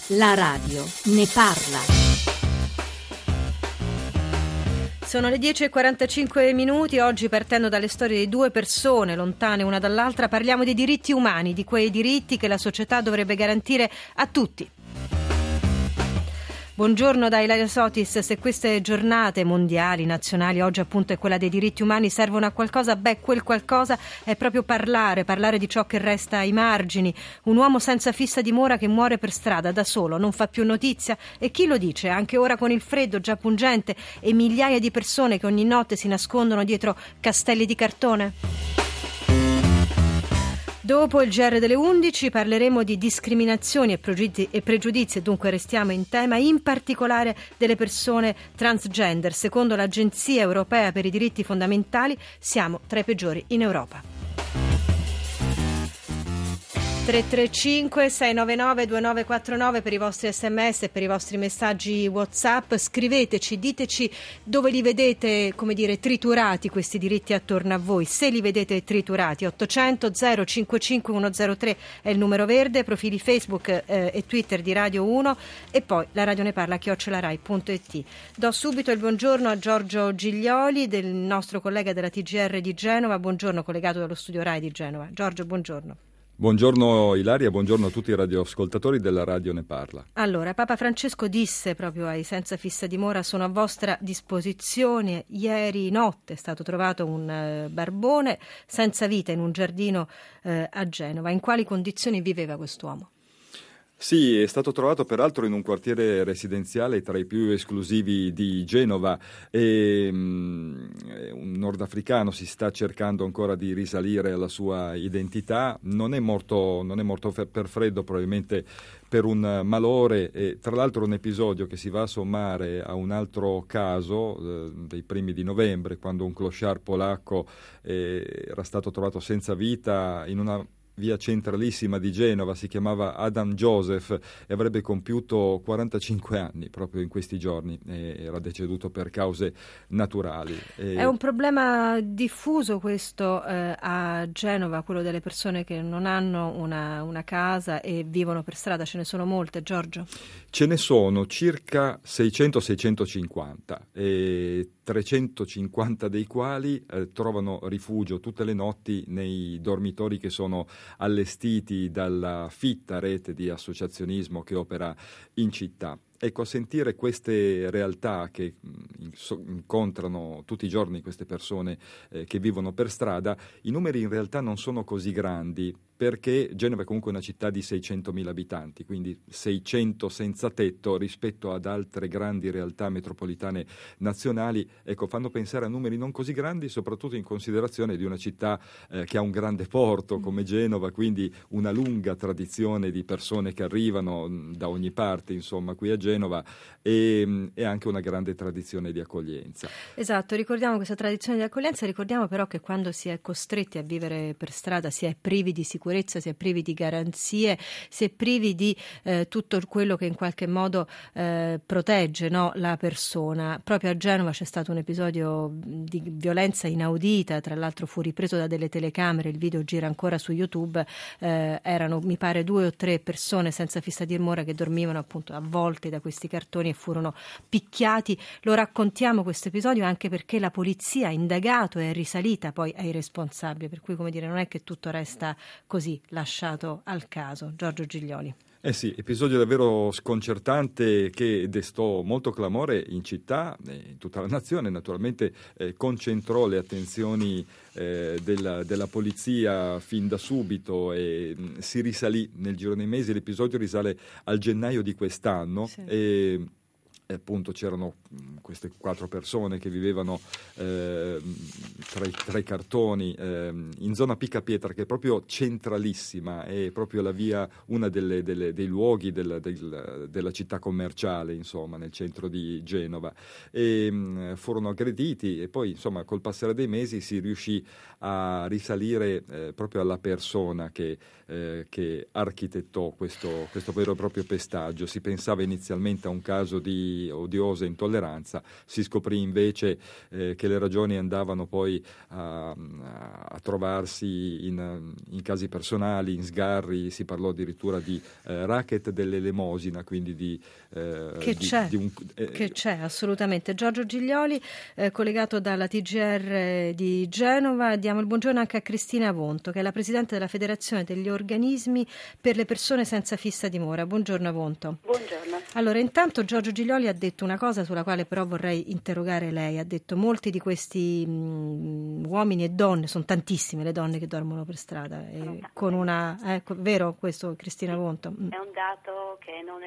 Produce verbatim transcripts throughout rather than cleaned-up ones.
La radio ne parla. Sono le dieci e quarantacinque minuti, oggi partendo dalle storie di due persone lontane una dall'altra parliamo di diritti umani, di quei diritti che la società dovrebbe garantire a tutti. Buongiorno da Ilaria Sotis. Se queste giornate mondiali, nazionali, oggi appunto è quella dei diritti umani, servono a qualcosa, beh, quel qualcosa è proprio parlare, parlare di ciò che resta ai margini. Un uomo senza fissa dimora che muore per strada da solo, non fa più notizia. E chi lo dice? Anche ora con il freddo già pungente e migliaia di persone che ogni notte si nascondono dietro castelli di cartone? Dopo il G R delle undici parleremo di discriminazioni e pregiudizi, e pregiudizi e dunque restiamo in tema, in particolare delle persone transgender. Secondo l'Agenzia Europea per i diritti fondamentali siamo tra i peggiori in Europa. tre tre cinque sei nove nove due nove quattro nove per i vostri sms e per i vostri messaggi WhatsApp. Scriveteci, diteci dove li vedete, come dire, triturati questi diritti attorno a voi, se li vedete triturati. Ottocento zero cinquantacinque centotre è il numero verde, profili Facebook eh, e Twitter di Radio uno e poi la radio ne parla chiocciola rai punto it. Do subito il buongiorno a Giorgio Giglioli, del nostro collega della T G R di Genova. Buongiorno, collegato dallo studio Rai di Genova. Giorgio, buongiorno. Buongiorno Ilaria, buorno a tutti i radioascoltatori della Radio Ne Parla. Allora, Papa Francesco disse proprio ai senza fissa dimora: sono a vostra disposizione. Ieri notte è stato trovato un eh, barbone senza vita in un giardino eh, a Genova. In quali condizioni viveva quest'uomo? Sì, è stato trovato peraltro in un quartiere residenziale tra i più esclusivi di Genova e um, un nordafricano si sta cercando ancora di risalire alla sua identità. Non è morto, non è morto per freddo, probabilmente per un malore, e tra l'altro un episodio che si va a sommare a un altro caso eh, dei primi di novembre, quando un clochard polacco eh, era stato trovato senza vita in una via centralissima di Genova. Si chiamava Adam Joseph e avrebbe compiuto quarantacinque anni proprio in questi giorni, e era deceduto per cause naturali. E... È un problema diffuso questo eh, a Genova, quello delle persone che non hanno una, una casa e vivono per strada. Ce ne sono molte, Giorgio? Ce ne sono circa seicento seicentocinquanta e trecentocinquanta dei quali eh, trovano rifugio tutte le notti nei dormitori che sono allestiti dalla fitta rete di associazionismo che opera in città. Ecco, a sentire queste realtà che incontrano tutti i giorni queste persone eh, che vivono per strada, i numeri in realtà non sono così grandi, perché Genova è comunque una città di seicentomila abitanti, quindi seicento senza tetto rispetto ad altre grandi realtà metropolitane nazionali. Ecco, fanno pensare a numeri non così grandi, soprattutto in considerazione di una città eh, che ha un grande porto come Genova, quindi una lunga tradizione di persone che arrivano da ogni parte, insomma, qui a Genova, e, e anche una grande tradizione di accoglienza. Esatto, ricordiamo questa tradizione di accoglienza, ricordiamo però che quando si è costretti a vivere per strada si è privi di sicurezza, si è privi di garanzie, si è privi di eh, tutto quello che in qualche modo eh, protegge, no, la persona. Proprio a Genova c'è stato un episodio di violenza inaudita, tra l'altro fu ripreso da delle telecamere, il video gira ancora su YouTube, eh, erano mi pare due o tre persone senza fissa dimora che dormivano appunto avvolte da questi cartoni e furono picchiati. Lo raccontiamo questo episodio anche perché la polizia ha indagato e è risalita poi ai responsabili, per cui, come dire, non è che tutto resta così lasciato al caso. Giorgio Giglioli. Eh sì, episodio davvero sconcertante che destò molto clamore in città e in tutta la nazione. Naturalmente eh, concentrò le attenzioni eh, della, della polizia fin da subito e mh, si risalì nel giro dei mesi. L'episodio risale al gennaio di quest'anno. Sì. E E appunto c'erano queste quattro persone che vivevano eh, tra, i, tra i cartoni eh, in zona Picapietra, che è proprio centralissima, è proprio la via, una delle, delle, dei luoghi del, del, della città commerciale, insomma, nel centro di Genova, e mh, furono aggrediti, e poi insomma col passare dei mesi si riuscì a risalire eh, proprio alla persona che, eh, che architettò questo, questo vero e proprio pestaggio. Si pensava inizialmente a un caso di di odiosa intolleranza. Si scoprì invece eh, che le ragioni andavano poi a, a trovarsi in, in casi personali, in sgarri, si parlò addirittura di eh, racket dell'elemosina, quindi di... Eh, che, di, c'è, di un, eh, che c'è, assolutamente. Giorgio Giglioli, eh, collegato dalla T G R di Genova. Diamo il buongiorno anche a Cristina Vonto, che è la Presidente della Federazione degli Organismi per le persone senza fissa dimora. Buongiorno Vonto. Buongiorno. Allora, intanto Giorgio Giglioli ha detto una cosa sulla quale però vorrei interrogare lei. Ha detto molti di questi mh, uomini e donne, sono tantissime le donne che dormono per strada, eh, con una, ecco, vero questo, Cristina Vonto? È un dato che non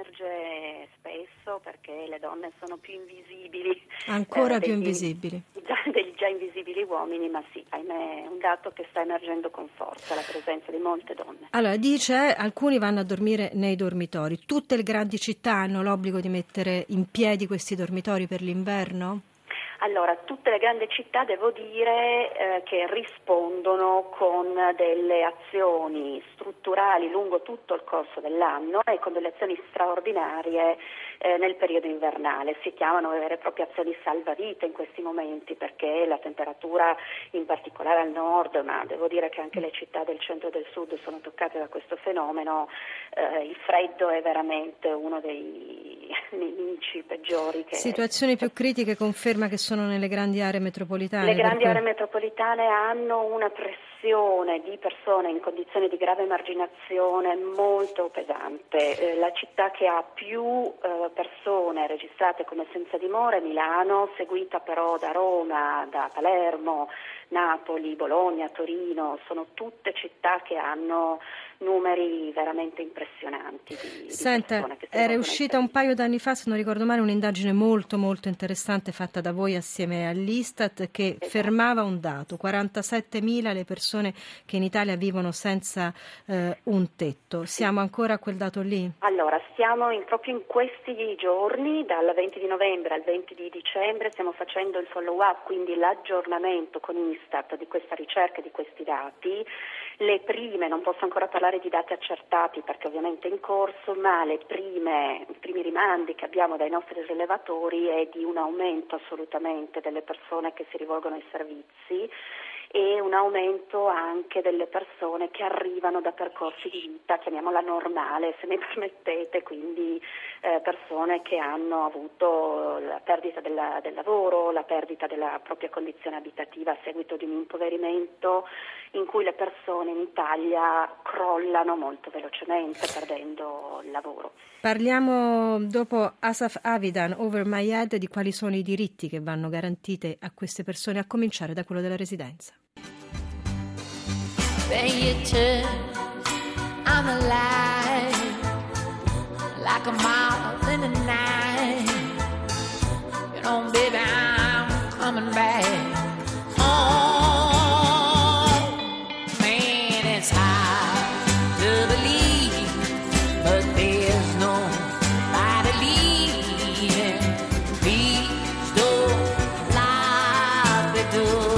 emerge spesso perché le donne sono più invisibili. Ancora eh, più degli, invisibili. Già, degli già invisibili uomini, ma sì, ahimè, è un dato che sta emergendo con forza, la presenza di molte donne. Allora, dice, alcuni vanno a dormire nei dormitori. Tutte le grandi città hanno l'obbligo di mettere in piedi questi dormitori per l'inverno? Allora, tutte le grandi città devo dire eh, che rispondono con delle azioni strutturali lungo tutto il corso dell'anno e con delle azioni straordinarie eh, nel periodo invernale. Si chiamano vere e proprie azioni salvavita in questi momenti perché la temperatura, in particolare al nord, ma devo dire che anche le città del centro e del sud sono toccate da questo fenomeno, eh, il freddo è veramente uno dei nemici peggiori. Che Situazioni più critiche, conferma che sono nelle grandi aree metropolitane. Le grandi cui... aree metropolitane hanno una pressione di persone in condizioni di grave emarginazione molto pesante. Eh, la città che ha più eh, persone registrate come senza dimora è Milano, seguita però da Roma, da Palermo, Napoli, Bologna, Torino. Sono tutte città che hanno numeri veramente impressionanti di, Senta, di persone che si era uscita un paio d'anni fa, se non ricordo male, un'indagine molto molto interessante fatta da voi assieme all'Istat che esatto. fermava un dato: quarantasettemila le persone che in Italia vivono senza eh, un tetto. Siamo ancora a quel dato lì? Allora, stiamo in, proprio in questi giorni, dal venti di novembre al venti di dicembre, stiamo facendo il follow up, quindi l'aggiornamento con Istat di questa ricerca, di questi dati. Le prime, non posso ancora parlare di dati accertati perché ovviamente è in corso, ma le prime, i primi rimandi che abbiamo dai nostri rilevatori è di un aumento assolutamente delle persone che si rivolgono ai servizi e un aumento anche delle persone che arrivano da percorsi di vita, chiamiamola normale se mi permettete, quindi eh, persone che hanno avuto la perdita della, del lavoro, la perdita della propria condizione abitativa a seguito di un impoverimento in cui le persone in Italia crollano molto velocemente perdendo il lavoro. Parliamo dopo Asaf Avidan, Over My Head, di quali sono i diritti che vanno garantiti a queste persone, a cominciare da quello della residenza. When you turn, I'm alive, like a moth in the night. You know, baby, I'm coming back. Oh, man, it's hard to believe, but there's nobody leaving. Please don't lie, they do.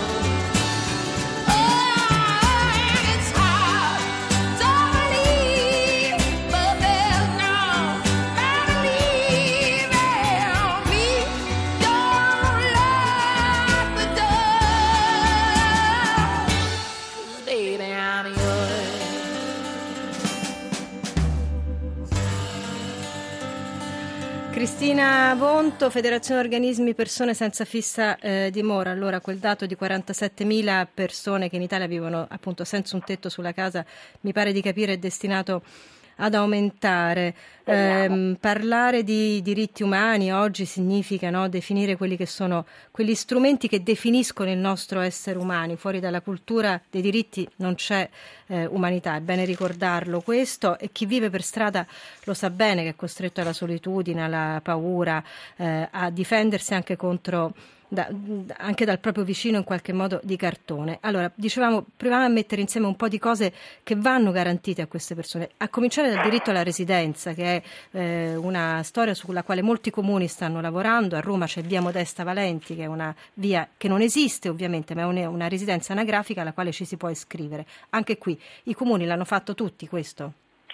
Cristina Vonto, Federazione Organismi Persone Senza Fissa eh, Dimora. Allora, quel dato di quarantasettemila persone che in Italia vivono appunto senza un tetto sulla casa, mi pare di capire, è destinato ad aumentare. Eh, parlare di diritti umani oggi significa, no, definire quelli che sono quegli strumenti che definiscono il nostro essere umani. Fuori dalla cultura dei diritti non c'è eh, umanità, è bene ricordarlo questo, e chi vive per strada lo sa bene, che è costretto alla solitudine, alla paura, eh, a difendersi anche contro Da, anche dal proprio vicino in qualche modo di cartone. Allora, dicevamo, proviamo a mettere insieme un po' di cose che vanno garantite a queste persone, a cominciare dal diritto alla residenza, che è eh, una storia sulla quale molti comuni stanno lavorando. A Roma c'è via Modesta Valenti, che è una via che non esiste ovviamente, ma è una, una residenza anagrafica alla quale ci si può iscrivere. Anche qui i comuni l'hanno fatto tutti questo?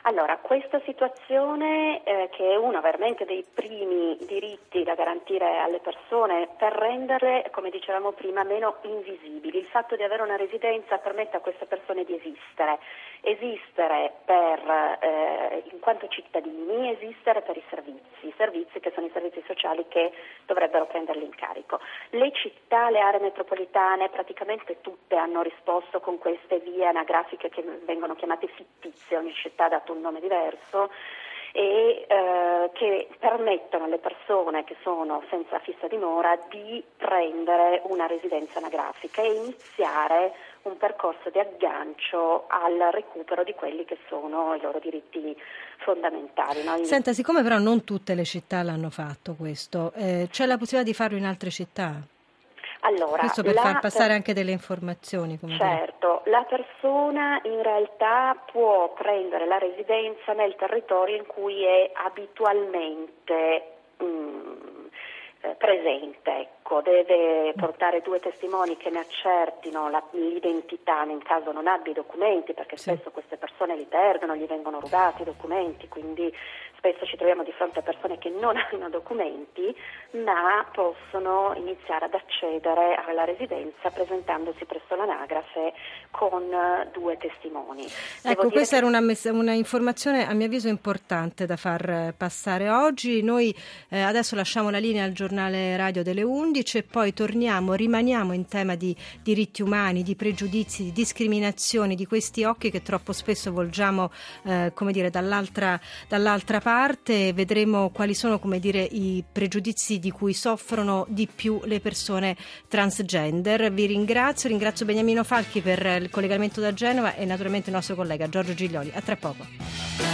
Allora, questa situazione eh, che è uno veramente dei primi diritti da garantire alle persone per renderle, come dicevamo prima, meno invisibili. Il fatto di avere una residenza permette a queste persone di esistere, esistere per, eh, in quanto cittadini, esistere per i servizi, i servizi che sono i servizi sociali che dovrebbero prenderli in carico. Le città, le aree metropolitane, praticamente tutte hanno risposto con queste vie anagrafiche che vengono chiamate fittizie, ogni città ha dato un nome diverso, e eh, che permettono alle persone che sono senza fissa dimora di prendere una residenza anagrafica e iniziare un percorso di aggancio al recupero di quelli che sono i loro diritti fondamentali. No? Senta, siccome però non tutte le città l'hanno fatto questo, eh, c'è la possibilità di farlo in altre città? Allora, questo per la, far passare anche delle informazioni. Come certo, dire. La persona in realtà può prendere la residenza nel territorio in cui è abitualmente mh, eh, presente, ecco, deve portare due testimoni che ne accertino la, l'identità nel caso non abbia i documenti, perché sì. spesso queste persone li perdono, gli vengono rubati i documenti, quindi spesso ci troviamo di fronte a persone che non hanno documenti ma possono iniziare ad accedere alla residenza presentandosi presso l'anagrafe con due testimoni. Devo ecco, questa che... era una, una informazione a mio avviso importante da far passare oggi. Noi eh, adesso lasciamo la linea al giornale radio delle undici e poi torniamo, rimaniamo in tema di diritti umani, di pregiudizi, di discriminazioni, di questi occhi che troppo spesso volgiamo eh, come dire dall'altra, dall'altra parte. parte vedremo quali sono, come dire, i pregiudizi di cui soffrono di più le persone transgender. Vi ringrazio, ringrazio Beniamino Falchi per il collegamento da Genova e naturalmente il nostro collega Giorgio Giglioli. A tra poco.